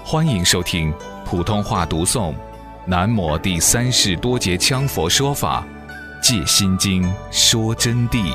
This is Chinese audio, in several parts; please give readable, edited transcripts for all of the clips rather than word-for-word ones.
欢迎收听普通话读诵南摩第三世多杰羌佛说法戒心经说真谛。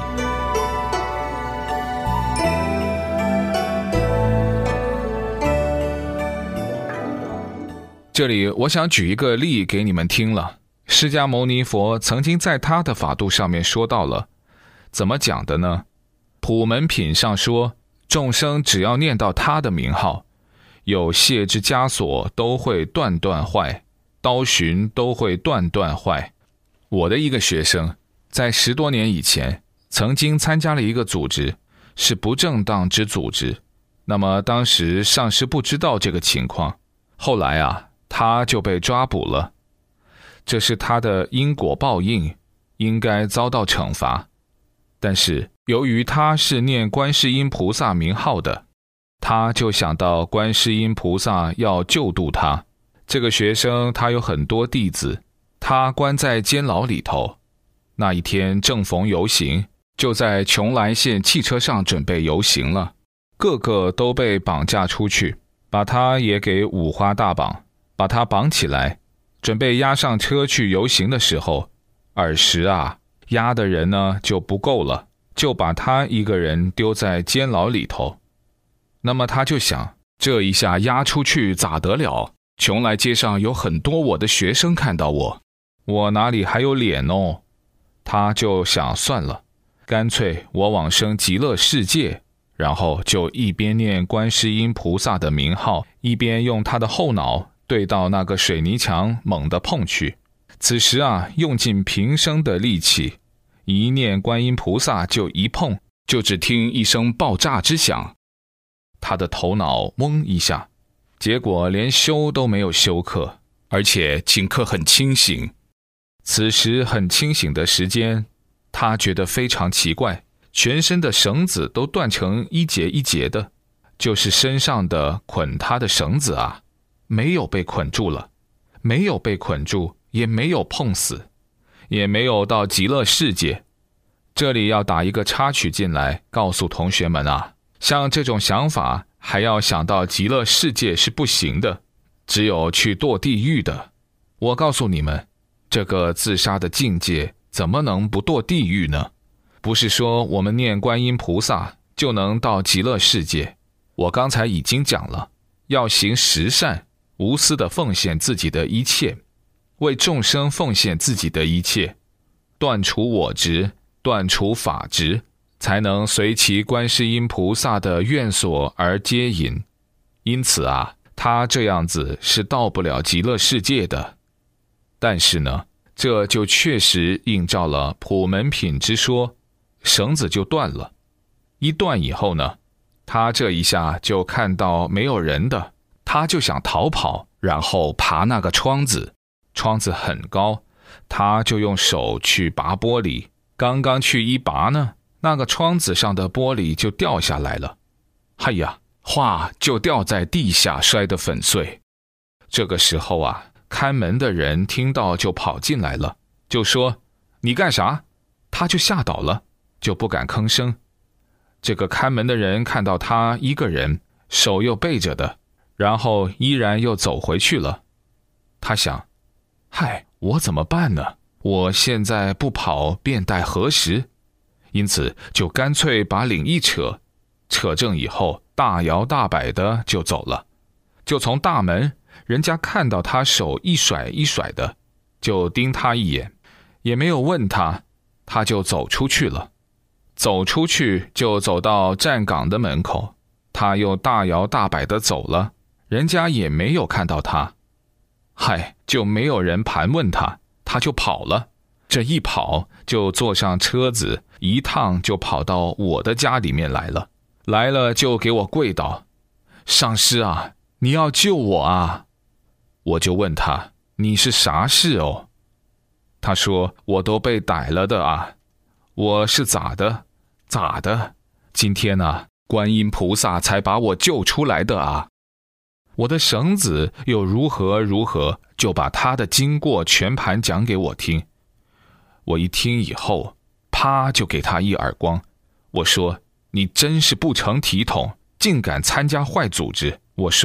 这里我想举一个例给你们听了。释迦牟尼佛曾经在他的法度上面说到了，怎么讲的呢？普门品上说，众生只要念到他的名号，有械之枷锁都会断断坏，刀寻都会断断坏。我的一个学生在10多年以前曾经参加了一个组织，是不正当之组织。那么当时上师不知道这个情况，后来他就被抓捕了。这是他的因果报应，应该遭到惩罚。但是由于他是念观世音菩萨名号的，他就想到观世音菩萨要救度他。这个学生他有很多弟子，他关在监牢里头。那一天正逢游行，就在邛崃县汽车上准备游行了，个个都被绑架出去，把他也给五花大绑，把他绑起来，准备押上车去游行的时候，尔时押的人呢就不够了，就把他一个人丢在监牢里头。那么他就想，这一下押出去咋得了？邛崃街上有很多我的学生看到我哪里还有脸哦？他就想算了，干脆我往生极乐世界，然后就一边念观世音菩萨的名号，一边用他的后脑对到那个水泥墙猛地碰去。此时用尽平生的力气，一念观音菩萨就一碰，就只听一声爆炸之响，他的头脑嗡一下，结果连休都没有休克，而且顷刻很清醒。此时很清醒的时间，他觉得非常奇怪，全身的绳子都断成一节一节的，就是身上的捆他的绳子没有被捆住了，没有被捆住，也没有碰死，也没有到极乐世界。这里要打一个插曲进来，告诉同学们像这种想法还要想到极乐世界是不行的，只有去堕地狱的。我告诉你们，这个自杀的境界怎么能不堕地狱呢？不是说我们念观音菩萨就能到极乐世界。我刚才已经讲了，要行十善，无私的奉献自己的一切，为众生奉献自己的一切，断除我执，断除法执，才能随其观世音菩萨的愿所而接引。因此他这样子是到不了极乐世界的。但是呢，这就确实映照了普门品之说，绳子就断了。一断以后呢，他这一下就看到没有人的，他就想逃跑，然后爬那个窗子，窗子很高，他就用手去拔玻璃，刚刚去一拔呢，那个窗子上的玻璃就掉下来了，哗就掉在地下，摔得粉碎。这个时候看门的人听到就跑进来了，就说你干啥？他就吓倒了，就不敢吭声。这个看门的人看到他一个人，手又背着的，然后依然又走回去了。他想，我怎么办呢？我现在不跑便待何时？因此就干脆把领一扯，扯正以后大摇大摆的就走了。就从大门，人家看到他手一甩一甩的，就盯他一眼，也没有问他，他就走出去了。走出去就走到站岗的门口，他又大摇大摆的走了，人家也没有看到他，就没有人盘问他，他就跑了。这一跑就坐上车子，一趟就跑到我的家里面来了。来了就给我跪倒，上师你要救我我就问他，你是啥事哦？他说，我都被逮了的我是咋的？今天观音菩萨才把我救出来的我的绳子又如何，就把他的经过全盘讲给我听。我一听以后，啪就给他一耳光。我说，你真是不成体统，竟敢参加坏组织。我说，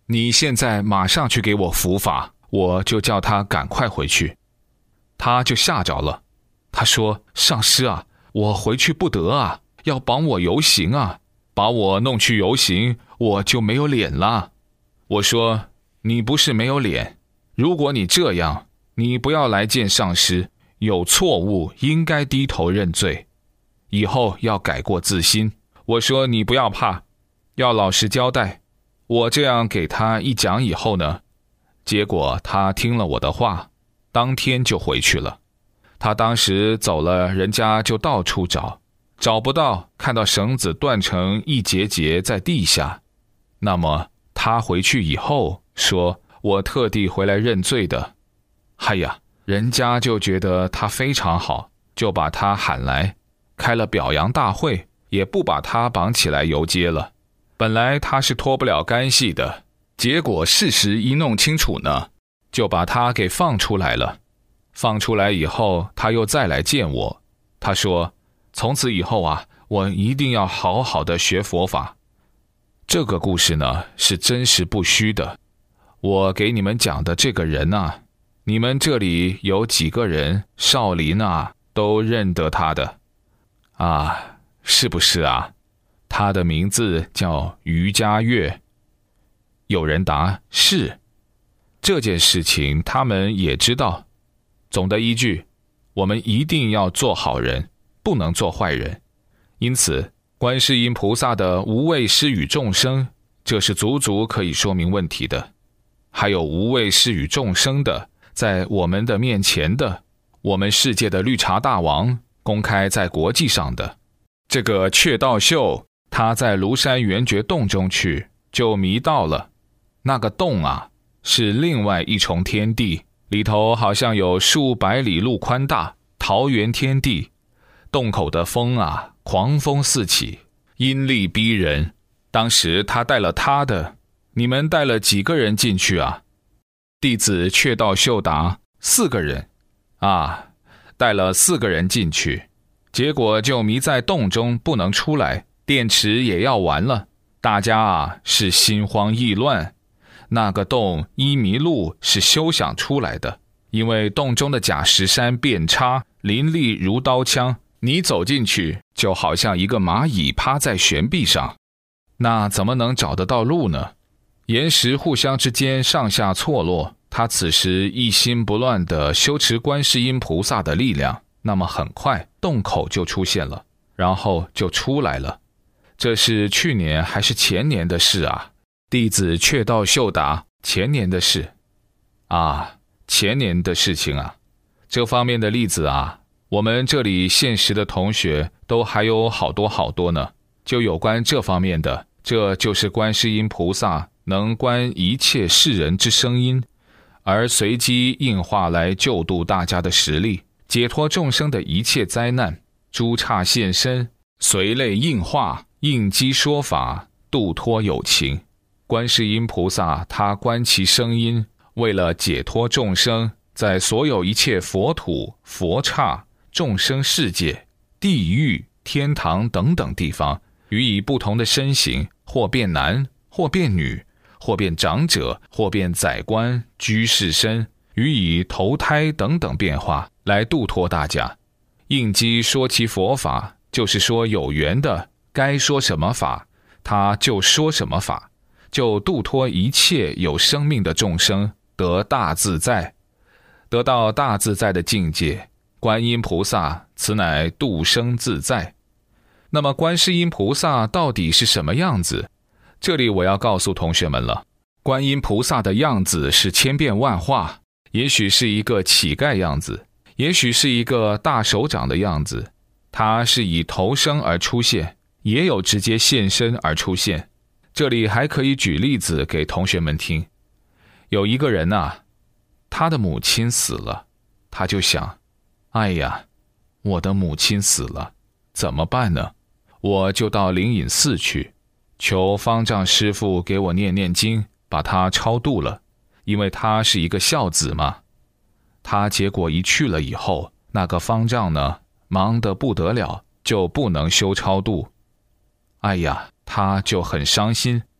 你现在马上去给我伏法，我就叫他赶快回去。”他就吓着了，他说：“上师啊，我回去不得啊，要绑我游行啊，把我弄去游行，我就没有脸了。”我说：“你不是没有脸，如果你这样，你不要来见上师，有错误应该低头认罪，以后要改过自新。”我说：“你不要怕，要老实交代。”我这样给他一讲以后呢，结果他听了我的话，当天就回去了。他当时走了，人家就到处找，找不到，看到绳子断成一节节在地下。那么他回去以后说：“我特地回来认罪的。”哎呀，人家就觉得他非常好，就把他喊来，开了表扬大会，也不把他绑起来游街了。本来他是脱不了干系的，结果事实一弄清楚呢，就把他给放出来了。放出来以后，他又再来见我，他说：“从此以后啊，我一定要好好的学佛法。”这个故事呢，是真实不虚的。我给你们讲的这个人啊，你们这里有几个人，少林啊，都认得他的啊，是不是啊？他的名字叫于家月。有人答：“是。”这件事情他们也知道。总的一句，我们一定要做好人，不能做坏人。因此，观世音菩萨的无畏施与众生，这是足足可以说明问题的。还有无畏施与众生的，在我们的面前的，我们世界的绿茶大王，公开在国际上的。这个阙道秀，他在庐山圆觉洞中去，就迷到了。那个洞啊，是另外一重天地，里头好像有数百里路宽大，桃源天地。洞口的风啊，狂风四起，阴力逼人。当时他带了他的，你们带了几个人进去啊？弟子阙道秀答：4个人。啊，带了4个人进去，结果就迷在洞中不能出来，电池也要完了。大家啊，是心慌意乱。那个洞依迷路是休想出来的，因为洞中的假石山遍插，林立如刀枪，你走进去就好像一个蚂蚁趴在悬壁上，那怎么能找得到路呢？岩石互相之间上下错落，他此时一心不乱地修持观世音菩萨的力量，那么很快洞口就出现了，然后就出来了。这是去年还是前年的事啊？弟子阙道秀答：前年的事。啊，前年的事情啊。这方面的例子啊，我们这里现实的同学都还有好多好多呢。就有关这方面的，这就是观世音菩萨能观一切世人之声音，而随机应化来救度大家的实力，解脱众生的一切灾难。诸刹现身，随类应化，应机说法，度脱有情。观世音菩萨他观其声音，为了解脱众生，在所有一切佛土、佛刹、众生世界、地狱、天堂等等地方，予以不同的身形，或变男，或变女，或变长者，或变宰官、居士身，予以投胎等等变化，来度脱大家。应机说其佛法，就是说有缘的该说什么法，他就说什么法，就度脱一切有生命的众生，得大自在。得到大自在的境界，观音菩萨此乃度生自在。那么观世音菩萨到底是什么样子？这里我要告诉同学们了，观音菩萨的样子是千变万化，也许是一个乞丐样子，也许是一个大手掌的样子，它是以投生而出现，也有直接现身而出现。这里还可以举例子给同学们听。有一个人啊，他的母亲死了，他就想，哎呀，我的母亲死了，怎么办呢？我就到灵隐寺去，求方丈师父给我念念经，把他超度了，因为他是一个孝子嘛。他结果一去了以后，那个方丈呢，忙得不得了，就不能修超度。哎呀，他就很伤心，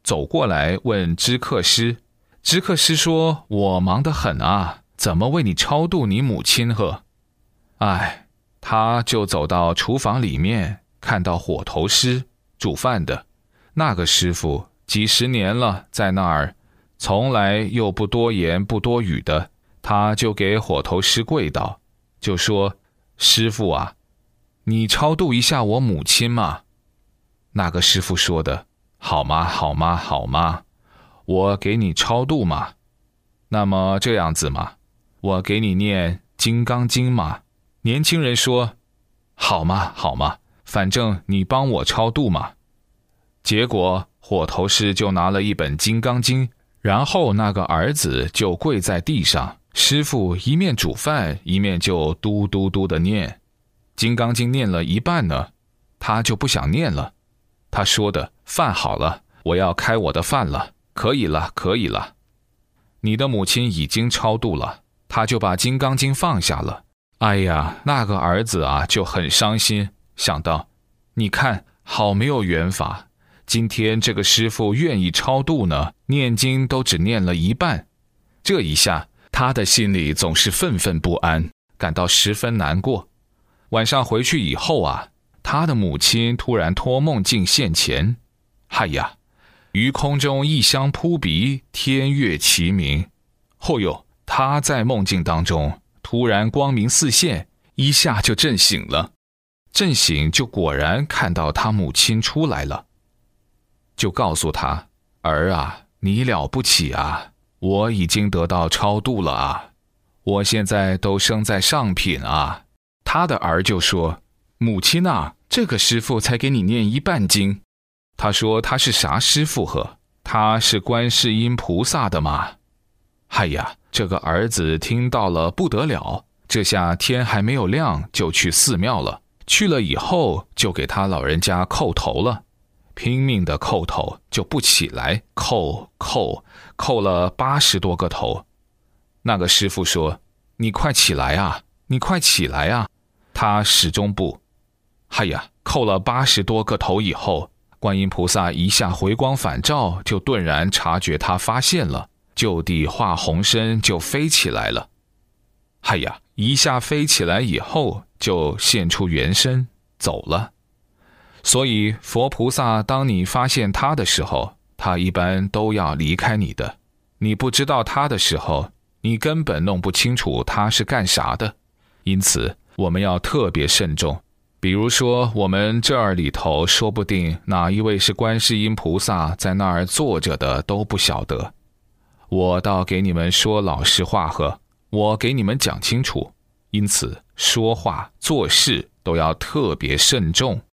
走过来问知客师。知客师说：我忙得很啊，怎么为你超度你母亲呵？哎，他就走到厨房里面，看到火头师煮饭的那个师傅几十年了，在那儿从来又不多言不多语的，他就给火头师跪倒，就说：师傅啊，你超度一下我母亲嘛。那个师傅说的：好吗好吗好吗，我给你超度嘛。那么这样子嘛，我给你念金刚经嘛。年轻人说：好嘛好嘛，反正你帮我超度嘛。结果火头师就拿了一本金刚经，然后那个儿子就跪在地上，师傅一面煮饭一面就嘟嘟嘟的念。金刚经念了一半呢，他就不想念了。他说的：饭好了，我要开我的饭了，可以了可以了。你的母亲已经超度了。他就把金刚经放下了。哎呀，那个儿子啊就很伤心，想到你看好没有缘法，今天这个师傅愿意超度呢，念经都只念了一半。这一下他的心里总是愤愤不安，感到十分难过。晚上回去以后啊，他的母亲突然托梦境现前。哎呀，于空中异香扑鼻，天乐齐鸣。后哟，他在梦境当中突然光明四现，一下就震醒了。震醒就果然看到他母亲出来了，就告诉他：儿啊，你了不起啊，我已经得到超度了啊，我现在都生在上品啊。他的儿就说：母亲啊，这个师傅才给你念一半经。他说他是啥师傅呵？他是观世音菩萨的嘛。哎呀，这个儿子听到了不得了，这下天还没有亮就去寺庙了。去了以后就给他老人家叩头了，拼命的叩头就不起来，叩了80多个头。那个师傅说：你快起来啊，你快起来啊。他始终不。哎呀，叩了80多个头以后，观音菩萨一下回光返照，就顿然察觉他发现了，就地化红身就飞起来了。哎呀，一下飞起来以后就现出原身走了。所以佛菩萨当你发现他的时候，他一般都要离开你的。你不知道他的时候，你根本弄不清楚他是干啥的。因此我们要特别慎重。比如说我们这儿里头说不定哪一位是观世音菩萨在那儿坐着的都不晓得。我倒给你们说老实话呵，我给你们讲清楚。因此说话做事都要特别慎重。